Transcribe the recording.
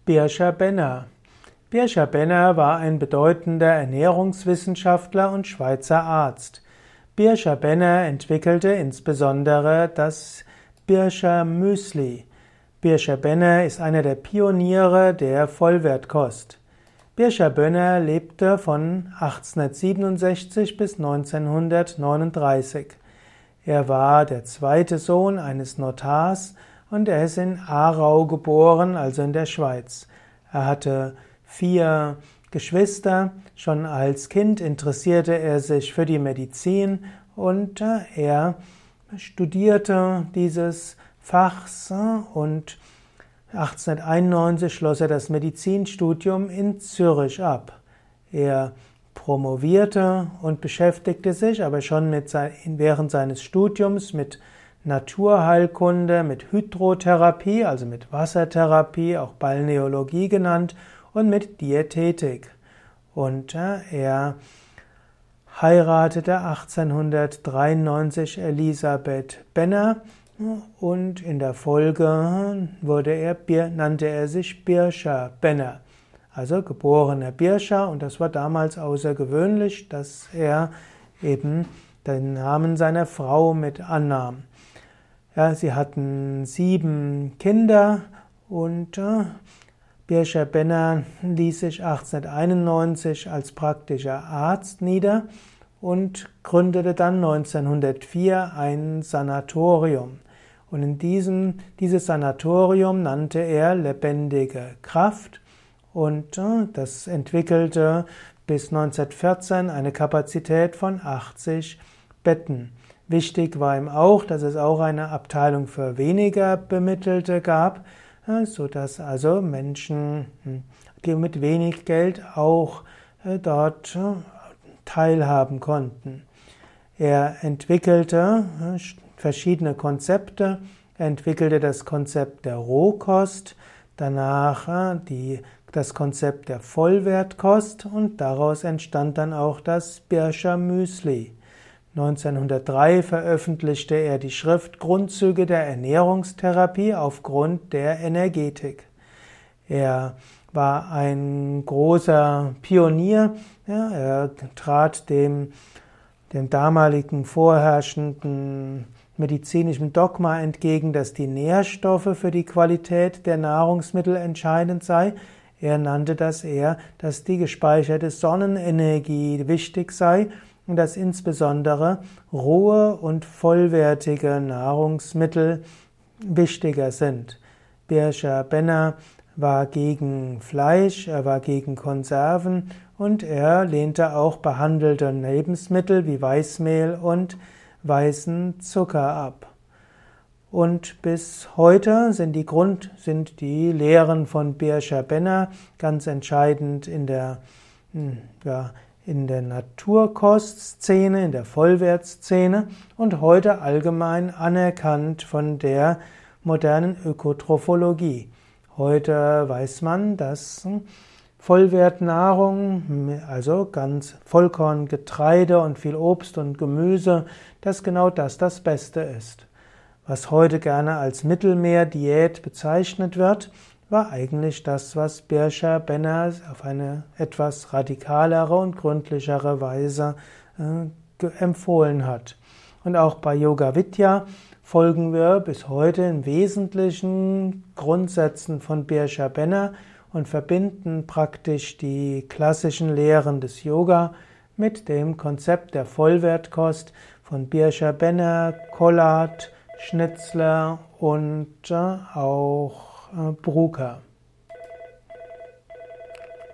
Birscher Benner. Birscher Benner war ein bedeutender Ernährungswissenschaftler und Schweizer Arzt. Birscher Benner entwickelte insbesondere das Birscher Müsli. Birscher Benner ist einer der Pioniere der Vollwertkost. Birscher Benner lebte von 1867 bis 1939. Er war der zweite Sohn eines Notars und er ist in Aarau geboren, also in der Schweiz. Er hatte 4 Geschwister. Schon als Kind interessierte er sich für die Medizin und er studierte dieses Fachs und 1891 schloss er das Medizinstudium in Zürich ab. Er promovierte und beschäftigte sich aber schon während seines Studiums mit Naturheilkunde, mit Hydrotherapie, also mit Wassertherapie, auch Balneologie genannt, und mit Diätetik. Und er heiratete 1893 Elisabeth Benner und in der Folge nannte er sich Birscher Benner. Also geborener Birscher, und das war damals außergewöhnlich, dass er eben den Namen seiner Frau mit annahm. Ja, sie hatten 7 Kinder und Birscher Benner ließ sich 1891 als praktischer Arzt nieder und gründete dann 1904 ein Sanatorium. Und in dieses Sanatorium nannte er Lebendige Kraft. Und das entwickelte bis 1914 eine Kapazität von 80 Betten. Wichtig war ihm auch, dass es auch eine Abteilung für weniger Bemittelte gab, sodass also Menschen, die mit wenig Geld auch dort teilhaben konnten. Er entwickelte verschiedene Konzepte. Er entwickelte das Konzept der Rohkost, danach das Konzept der Vollwertkost und daraus entstand dann auch das Birscher Müsli. 1903 veröffentlichte er die Schrift Grundzüge der Ernährungstherapie aufgrund der Energetik. Er war ein großer Pionier. Ja, er trat dem damaligen vorherrschenden medizinischen Dogma entgegen, dass die Nährstoffe für die Qualität der Nahrungsmittel entscheidend sei. Er nannte das eher, dass die gespeicherte Sonnenenergie wichtig sei und dass insbesondere rohe und vollwertige Nahrungsmittel wichtiger sind. Birscher Benner war gegen Fleisch, er war gegen Konserven und er lehnte auch behandelte Lebensmittel wie Weißmehl und weißen Zucker ab. Und bis heute sind die Lehren von Birscher Benner ganz entscheidend in der Naturkostszene, in der Vollwertszene und heute allgemein anerkannt von der modernen Ökotrophologie. Heute weiß man, dass Vollwertnahrung, also ganz Vollkorngetreide und viel Obst und Gemüse, dass genau das Beste ist. Was heute gerne als Mittelmeerdiät bezeichnet wird, war eigentlich das, was Birscher Benner auf eine etwas radikalere und gründlichere Weise empfohlen hat. Und auch bei Yoga Vidya folgen wir bis heute in wesentlichen Grundsätzen von Birscher Benner und verbinden praktisch die klassischen Lehren des Yoga mit dem Konzept der Vollwertkost von Birscher Benner, Kollard, Schnitzler und auch Bruker.